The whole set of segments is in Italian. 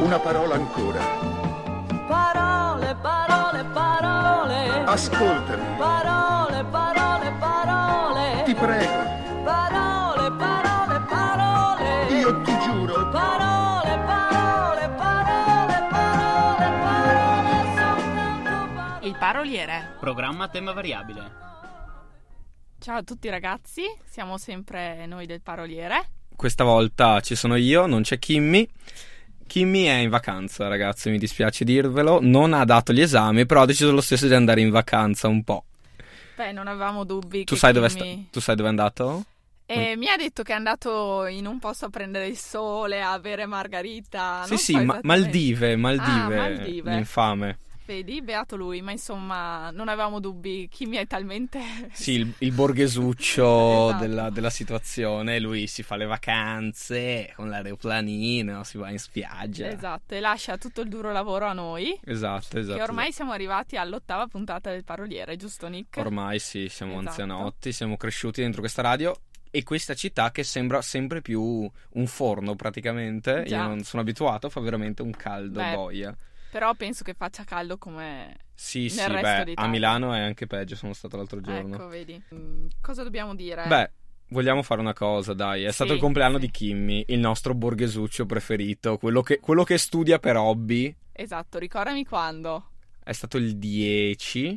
Una parola ancora. Parole, parole, parole. Ascoltami. Parole, parole, parole. Ti prego. Parole, parole, parole. Io ti giuro. Parole, parole, parole, parole, parole, soltanto parole. Il paroliere. Programma a tema variabile. Ciao a tutti ragazzi, siamo sempre noi del paroliere. Questa volta ci sono io, non c'è Kimmy. Kimmy è in vacanza, ragazzi, mi dispiace dirvelo. Non ha dato gli esami, però ha deciso lo stesso di andare in vacanza un po'. Beh, non avevamo dubbi Tu che sai Kimmy... tu sai dove è andato? Mi ha detto che è andato in un posto a prendere il sole, a bere margarita. Sì, non sì, so esattamente. Maldive, Maldive. l'infame. Vedi, beato lui, ma insomma non avevamo dubbi, Kimmy è talmente... Sì, il borghesuccio Esatto. della situazione. Lui si fa le vacanze con l'aeroplanino, si va in spiaggia. Esatto, e lascia tutto il duro lavoro a noi. Esatto. Che ormai siamo arrivati all'8ª puntata del paroliere, giusto Nick? Ormai sì, siamo Esatto. anzianotti, siamo cresciuti dentro questa radio e questa città che sembra sempre più un forno praticamente. Già. Io non sono abituato, fa veramente un caldo boia. Però penso che faccia caldo come Sì, nel sì, resto beh, d'Italia. a Milano è anche peggio, sono stato l'altro giorno. Ecco, vedi. Cosa dobbiamo dire? Beh, vogliamo fare una cosa, dai, è Sì, stato il compleanno sì. di Kimmy, il nostro borghesuccio preferito, quello che studia per hobby. Esatto, ricordami quando. È stato il 10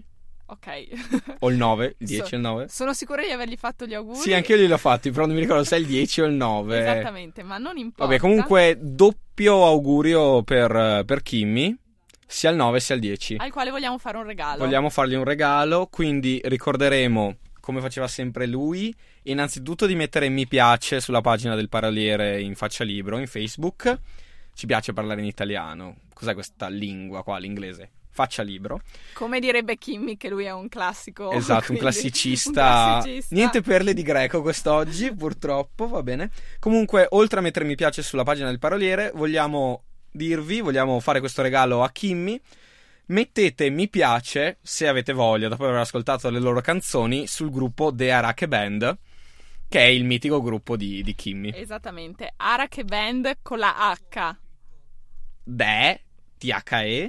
Ok. o il 9, il 10 o il 9? Sono sicura di avergli fatto gli auguri. Sì, anche io gliel'ho fatti, però non mi ricordo se è il 10 o il 9. Esattamente, ma non importa. Vabbè, comunque doppio augurio per Kimmy, sia il 9 sia il 10. Al quale vogliamo fare un regalo. Vogliamo fargli un regalo, quindi ricorderemo, come faceva sempre lui, innanzitutto di mettere mi piace sulla pagina del paroliere in Faccia Libro, in Facebook. Ci piace parlare in italiano. Cos'è questa lingua qua, l'inglese? Faccia Libro. Come direbbe Kimmy che lui è un classico. Esatto, un quindi, classicista. un classicista. Niente perle di greco quest'oggi, purtroppo, va bene. Comunque, oltre a mettere mi piace sulla pagina del paroliere, vogliamo fare questo regalo a Kimmy. Mettete mi piace, se avete voglia, dopo aver ascoltato le loro canzoni, sul gruppo The Arake Band, che è il mitico gruppo di Kimmy. Esattamente, Arake Band con la H. The, THE,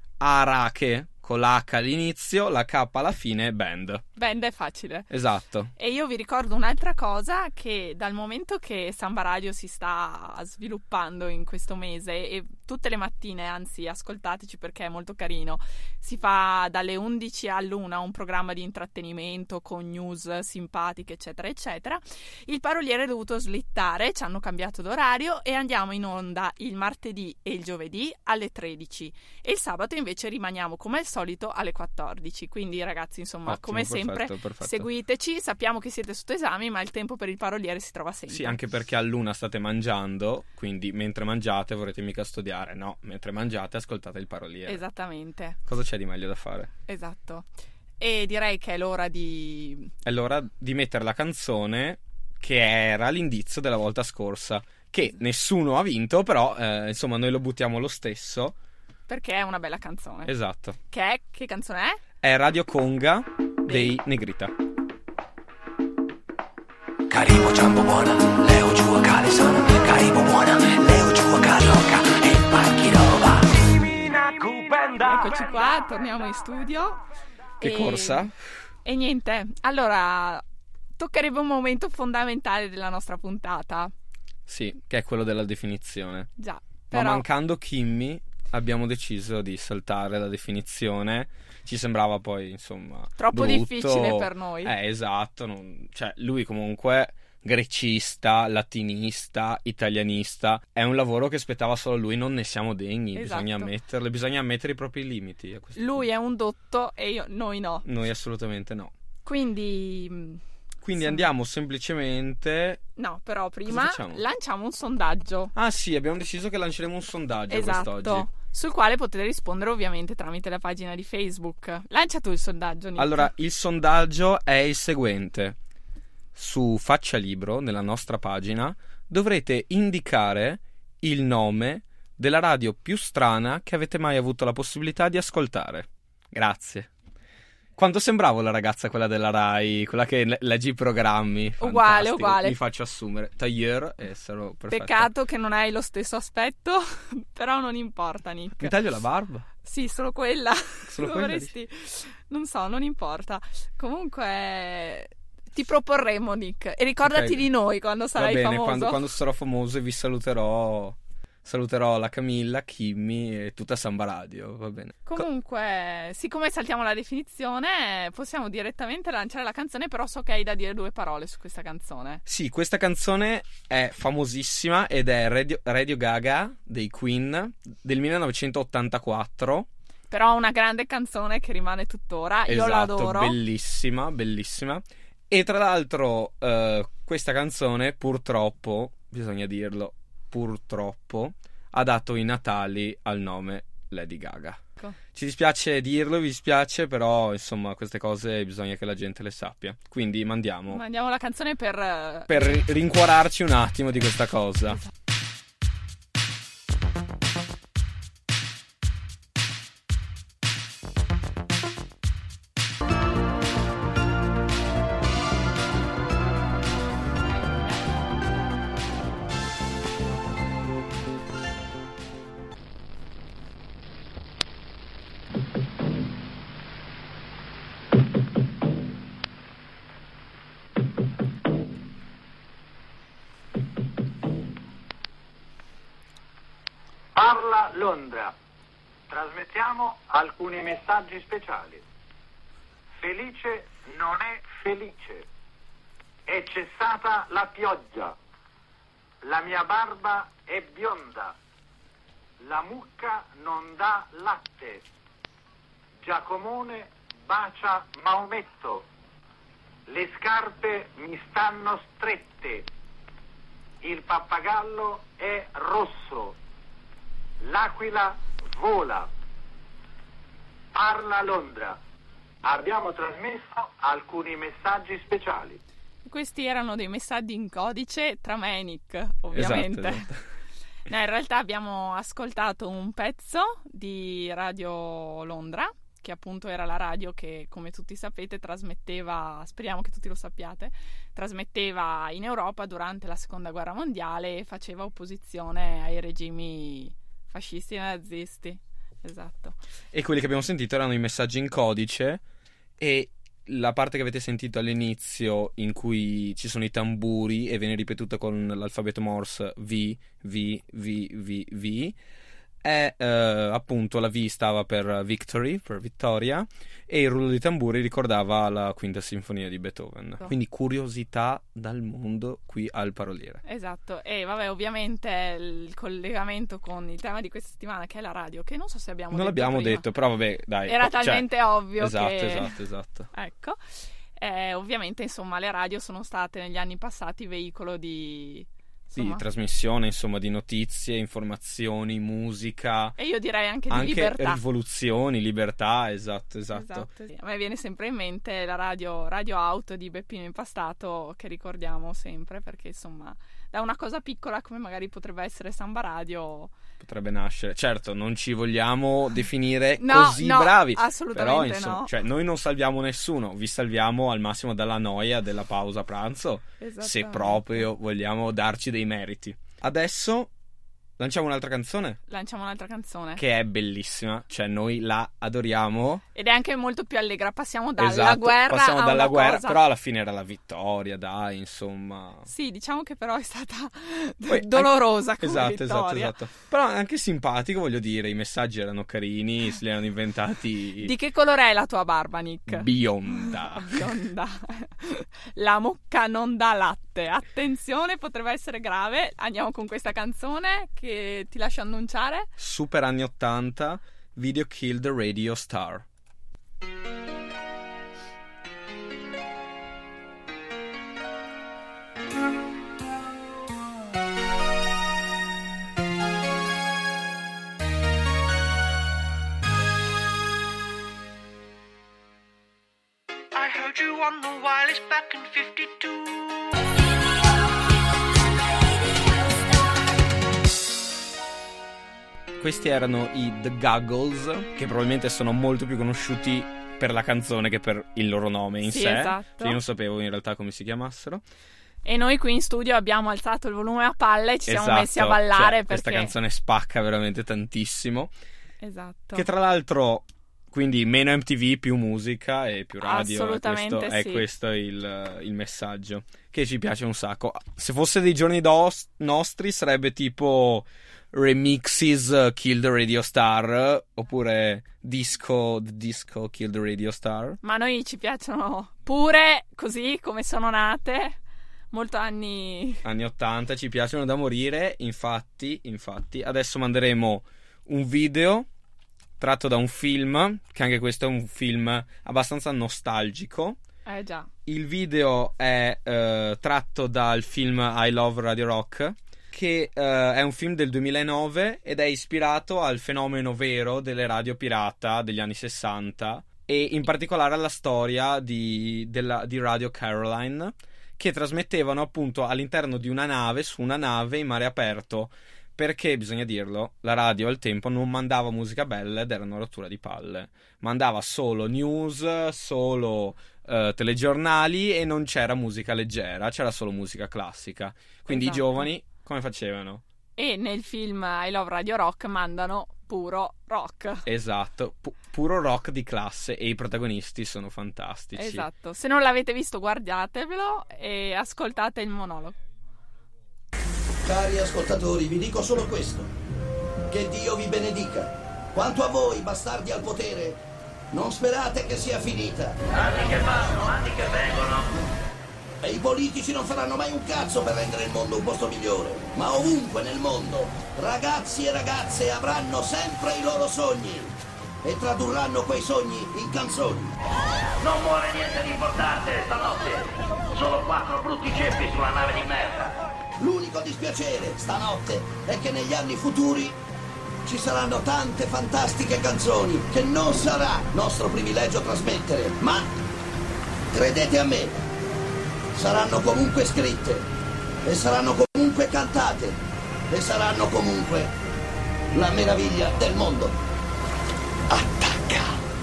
Arake con la H all'inizio, la K alla fine, Band. Band è facile. Esatto. E io vi ricordo un'altra cosa, che dal momento che Samba Radio si sta sviluppando in questo mese, e tutte le mattine, anzi ascoltateci perché è molto carino, si fa dalle 11 all'1 un programma di intrattenimento con news simpatiche eccetera eccetera. Il paroliere è dovuto slittare, ci hanno cambiato d'orario e andiamo in onda il martedì e il giovedì alle 13 e il sabato invece rimaniamo come al solito alle 14. Quindi ragazzi, insomma, Ottimo, come sempre perfetto. seguiteci, sappiamo che siete sotto esami, ma il tempo per il paroliere si trova sempre. Sì, anche perché all'una state mangiando, quindi mentre mangiate vorrete mica studiare, no, mentre mangiate ascoltate il paroliere. Esattamente, Cosa c'è di meglio da fare? esatto. E direi che è l'ora di... È l'ora di mettere la canzone che era l'indizio della volta scorsa, che nessuno ha vinto, però insomma noi lo buttiamo lo stesso. perché è una bella canzone. Esatto. Che canzone è? È Radio Conga dei Negrita. Karibu Jambo buona, leo jua kale sana. Karibu buona, leo jua karoka e parkirova. Eccoci qua, torniamo in studio. Che corsa? E niente, allora toccherebbe un momento fondamentale della nostra puntata. Sì, che è quello della definizione. Già, Ma però mancando Kimmy abbiamo deciso di saltare la definizione. Ci sembrava poi, insomma, troppo brutto. difficile per noi. Esatto, cioè lui comunque grecista, latinista, italianista, è un lavoro che spettava solo a lui, non ne siamo degni, Esatto. bisogna mettere i propri limiti a questo Lui punto. è un dotto e noi no. Noi assolutamente no. Quindi insomma, Andiamo semplicemente... no, però prima Cosa facciamo? lanciamo un sondaggio. Ah sì, abbiamo deciso che lanceremo un sondaggio Esatto. quest'oggi. Sul quale potete rispondere ovviamente tramite la pagina di Facebook. Lancia tu il sondaggio, Nick. Allora, il sondaggio è il seguente. Su Faccia Libro, nella nostra pagina, dovrete indicare il nome della radio più strana che avete mai avuto la possibilità di ascoltare. Grazie. Quanto sembravo la ragazza quella della Rai, quella che legge i programmi. Uguale, Fantastico. uguale. Mi faccio assumere. Tailleur e sarò perfetta. Peccato che non hai lo stesso aspetto, però non importa, Nick. Mi taglio la barba? Sì, solo quella. Solo quella, Dovresti... Non so, non importa. Comunque ti proporremo, Nick. E ricordati Ok. di noi quando sarai Va bene, famoso. quando sarò famoso vi saluterò la Camilla, Kimmy e tutta Samba Radio, va bene. Comunque, siccome saltiamo la definizione, possiamo direttamente lanciare la canzone, però so che hai da dire 2 parole su questa canzone. Sì, questa canzone è famosissima ed è Radio Gaga dei Queen del 1984. Però una grande canzone che rimane tuttora, io Esatto, l'adoro. bellissima, bellissima. E tra l'altro questa canzone purtroppo, bisogna dirlo, purtroppo ha dato i natali al nome Lady Gaga. Ecco. Ci dispiace dirlo, vi dispiace, però insomma queste cose bisogna che la gente le sappia. Quindi mandiamo Mandiamo la canzone per rincuorarci un attimo di questa cosa. Parla Londra. Trasmettiamo alcuni messaggi speciali. Felice non è felice. È cessata la pioggia. La mia barba è bionda. La mucca non dà latte. Giacomone bacia Maometto. Le scarpe mi stanno strette. Il pappagallo è rosso. L'aquila vola. Parla Londra. Abbiamo trasmesso alcuni messaggi speciali. Questi erano dei messaggi in codice tra me e Nick, ovviamente. Esatto. No, in realtà abbiamo ascoltato un pezzo di Radio Londra, che appunto era la radio che, come tutti sapete, trasmetteva, speriamo che tutti lo sappiate, trasmetteva in Europa durante la Seconda Guerra Mondiale e faceva opposizione ai regimi fascisti e nazisti. Esatto. E quelli che abbiamo sentito erano i messaggi in codice, e la parte che avete sentito all'inizio in cui ci sono i tamburi e viene ripetuta con l'alfabeto Morse V, V, V, V, V, è appunto la V stava per victory, per vittoria, e il rullo di tamburi ricordava la quinta sinfonia di Beethoven. Quindi curiosità dal mondo qui al Paroliere. Esatto, e vabbè, ovviamente il collegamento con il tema di questa settimana, che è la radio, che non so se abbiamo Non detto l'abbiamo prima. detto, però vabbè, dai. Era talmente ovvio esatto, che... Esatto. Ecco, ovviamente insomma le radio sono state negli anni passati veicolo di... Di insomma, trasmissione, insomma, di notizie, informazioni, musica, e io direi anche di libertà. rivoluzioni, libertà, esatto. Sì. A me viene sempre in mente la radio Auto di Beppino Impastato, che ricordiamo sempre, perché insomma da una cosa piccola come magari potrebbe essere Samba Radio potrebbe nascere. Certo, non ci vogliamo definire No, così no, bravi, assolutamente però insomma, no. cioè, noi non salviamo nessuno, vi salviamo al massimo dalla noia della pausa pranzo, se Esattamente. proprio vogliamo darci dei meriti. Adesso lanciamo un'altra canzone Lanciamo un'altra canzone che è bellissima, cioè noi la adoriamo. ed è anche molto più allegra. Passiamo dalla Esatto, guerra passiamo a dalla una guerra, cosa... però alla fine era la vittoria, dai, insomma. Sì, diciamo che però è stata Poi, dolorosa come Esatto. vittoria. Però anche simpatico, voglio dire, i messaggi erano carini, se li erano inventati. Di che colore è la tua barba, Nick? Bionda. Bionda. La mucca non dà latte. Attenzione, potrebbe essere grave. Andiamo con questa canzone che ti lascio annunciare. Super anni 80, Video Kill the Radio Star. I heard you on the wireless back in 52. Questi erano i The Goggles, che probabilmente sono molto più conosciuti per la canzone che per il loro nome in Sì, sé. esatto. Io non sapevo in realtà come si chiamassero. E noi qui in studio abbiamo alzato il volume a palla e ci siamo Esatto, messi a ballare cioè, perché... questa canzone spacca veramente tantissimo. Esatto. Che tra l'altro, quindi meno MTV, più musica e più radio. Assolutamente È sì. questo il messaggio, che ci piace un sacco. Se fosse dei giorni nostri sarebbe tipo remixes Kill the Radio Star, oppure disco Kill the Radio Star. Ma a noi ci piacciono pure così come sono nate, molto anni 80, ci piacciono da morire. Infatti adesso manderemo un video tratto da un film, che anche questo è un film abbastanza nostalgico. già. Il video è tratto dal film I Love Radio Rock, che è un film del 2009 ed è ispirato al fenomeno vero delle radio pirata degli anni 60 e in particolare alla storia di Radio Caroline, che trasmettevano appunto all'interno di una nave, su una nave in mare aperto, perché bisogna dirlo, la radio al tempo non mandava musica bella ed era una rottura di palle, mandava solo news, solo telegiornali e non c'era musica leggera, c'era solo musica classica. Quindi Esatto. I giovani come facevano? E nel film I Love Radio Rock mandano puro rock. Esatto, puro rock di classe e i protagonisti sono fantastici. Esatto. Se non l'avete visto, guardatevelo e ascoltate il monologo. Cari ascoltatori, vi dico solo questo: che Dio vi benedica. Quanto a voi, bastardi al potere, non sperate che sia finita. Anni che vanno, anni che vengono. E i politici non faranno mai un cazzo per rendere il mondo un posto migliore. Ma ovunque nel mondo, ragazzi e ragazze avranno sempre i loro sogni e tradurranno quei sogni in canzoni. Non muore niente di importante stanotte. Solo 4 brutti ceppi sulla nave di merda. L'unico dispiacere stanotte è che negli anni futuri ci saranno tante fantastiche canzoni che non sarà nostro privilegio trasmettere, ma credete a me, saranno comunque scritte e saranno comunque cantate e saranno comunque la meraviglia del mondo. Attacca!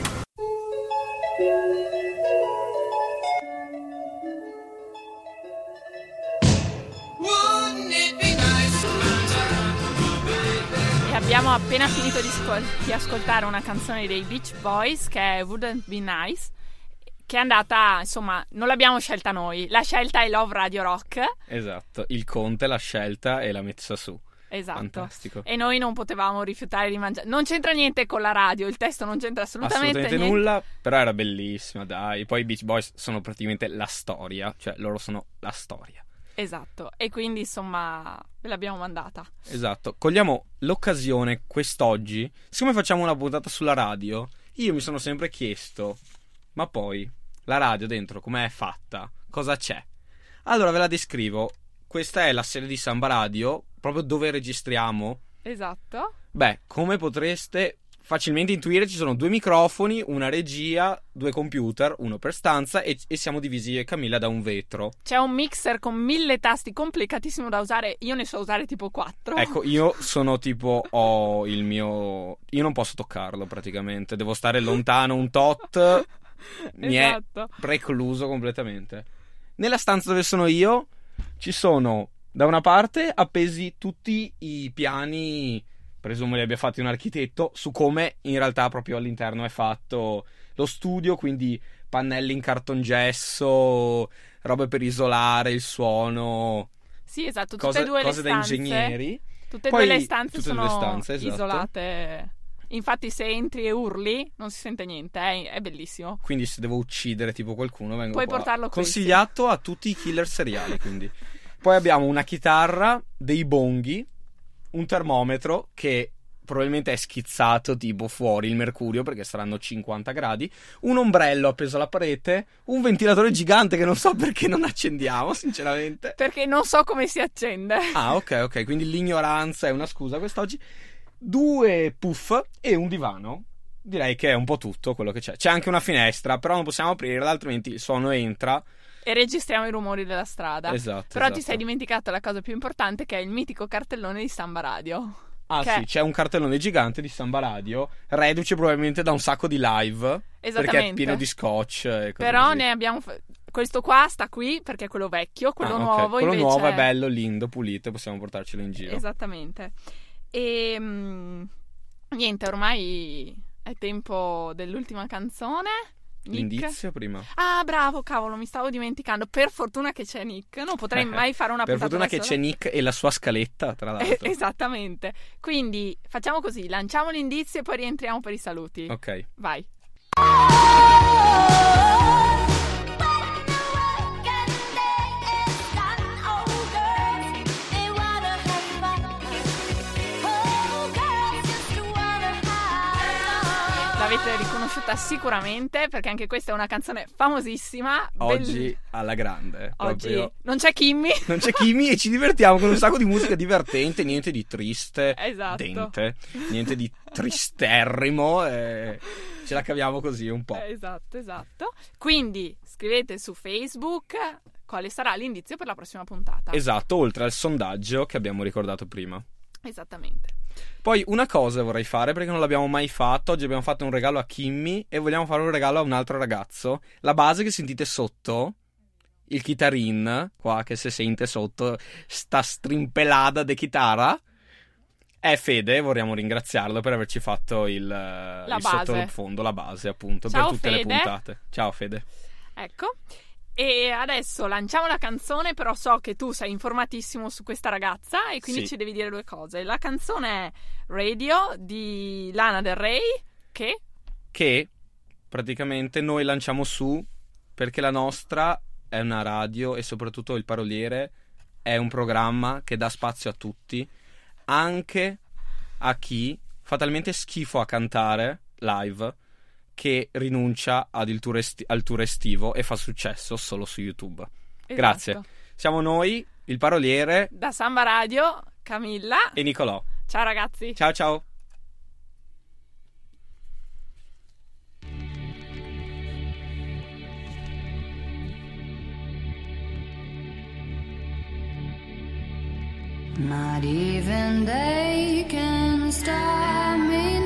E abbiamo appena finito di ascoltare una canzone dei Beach Boys che è Wouldn't Be Nice, che è andata, insomma, non l'abbiamo scelta noi, l'ha scelta I Love Radio Rock. Esatto, il Conte l'ha scelta e l'ha messa su. Esatto. Fantastico. E noi non potevamo rifiutare di mangiare. Non c'entra niente con la radio, il testo non c'entra assolutamente niente. Nulla, però era bellissima, dai. Poi i Beach Boys sono praticamente la storia, cioè loro sono la storia. Esatto, e quindi insomma ve l'abbiamo mandata. Esatto, cogliamo l'occasione quest'oggi, siccome facciamo una puntata sulla radio, io mi sono sempre chiesto, ma poi la radio dentro com'è fatta? Cosa c'è? Allora ve la descrivo. Questa è la sede di Samba Radio, proprio dove registriamo. Esatto. Beh, come potreste facilmente intuire, ci sono 2 microfoni, una regia, 2 computer, uno per stanza e siamo divisi io e Camilla da un vetro. C'è un mixer con 1000 tasti, complicatissimo da usare, io ne so usare tipo 4. Ecco, io sono tipo, ho il mio... Io non posso toccarlo praticamente, devo stare lontano un tot, mi Esatto. è precluso completamente. Nella stanza dove sono io ci sono da una parte appesi tutti i piani, presumo li abbia fatti un architetto, su come in realtà proprio all'interno è fatto lo studio, quindi pannelli in cartongesso, robe per isolare il suono, Sì, esatto, tutte cose, e due le cose da stanze. ingegneri. Tutte e Poi, due le stanze tutte e sono due le stanze, esatto. isolate. Infatti se entri e urli non si sente niente, è bellissimo. Quindi se devo uccidere tipo qualcuno vengo Puoi qua. portarlo qui, Consigliato a tutti i killer seriali, quindi. Poi abbiamo una chitarra, dei bonghi, un termometro che probabilmente è schizzato tipo fuori il mercurio perché saranno 50 gradi, un ombrello appeso alla parete, un ventilatore gigante che non so perché non accendiamo sinceramente. Perché non so come si accende. Ah, ok, quindi l'ignoranza è una scusa quest'oggi. 2 puff e un divano. Direi che è un po' tutto quello che c'è. C'è anche una finestra, però non possiamo aprirla, altrimenti il suono entra. E registriamo i rumori della strada. Esatto. Però esatto. ti sei dimenticato la cosa più importante, che è il mitico cartellone di Samba Radio. Ah Che- sì, c'è un cartellone gigante di Samba Radio, reduce probabilmente da un sacco di live, perché è Esattamente. pieno di scotch e cose Però così. ne abbiamo... Questo qua sta qui perché è quello vecchio, quello Ah, ok. nuovo Quello invece... nuovo è bello, lindo, pulito, possiamo portarcelo in giro. Esattamente. E niente, ormai è tempo dell'ultima canzone. Nick. L'indizio prima. Ah, bravo, cavolo, mi stavo dimenticando. Per fortuna che c'è Nick. Non potrei mai fare una Per puntata fortuna da che sola. c'è Nick e la sua scaletta, tra l'altro. Esattamente. Quindi facciamo così, lanciamo l'indizio e poi rientriamo per i saluti. Ok. Vai. L'avete riconosciuta sicuramente perché anche questa è una canzone famosissima. Oggi alla grande. Oggi Proprio. non c'è Kimmy. Non c'è Kimi e ci divertiamo con un sacco di musica divertente, niente di triste, Esatto. dente, niente di tristerrimo, ce la caviamo così un po'. Esatto. Quindi scrivete su Facebook quale sarà l'indizio per la prossima puntata. Esatto, oltre al sondaggio che abbiamo ricordato prima. Esattamente. Poi una cosa vorrei fare perché non l'abbiamo mai fatto. Oggi abbiamo fatto un regalo a Kimmy e vogliamo fare un regalo a un altro ragazzo. La base che sentite sotto, il chitarin, qua che si sente sotto, sta strimpellata de chitarra, è Fede. Vorremmo ringraziarlo per averci fatto il base. sottofondo, la base appunto, Ciao, per tutte le Fede. puntate. Ciao Fede. Ecco. E adesso lanciamo la canzone, però so che tu sei informatissimo su questa ragazza e quindi Sì. ci devi dire due cose. La canzone è Radio di Lana Del Rey, Che praticamente noi lanciamo su perché la nostra è una radio e soprattutto il Paroliere è un programma che dà spazio a tutti, anche a chi fa talmente schifo a cantare live che rinuncia al tour estivo e fa successo solo su YouTube. Esatto. Grazie. Siamo noi, il Paroliere Da Samba Radio, Camilla. e Nicolò. Ciao ragazzi. Ciao ciao. Not even they can stop me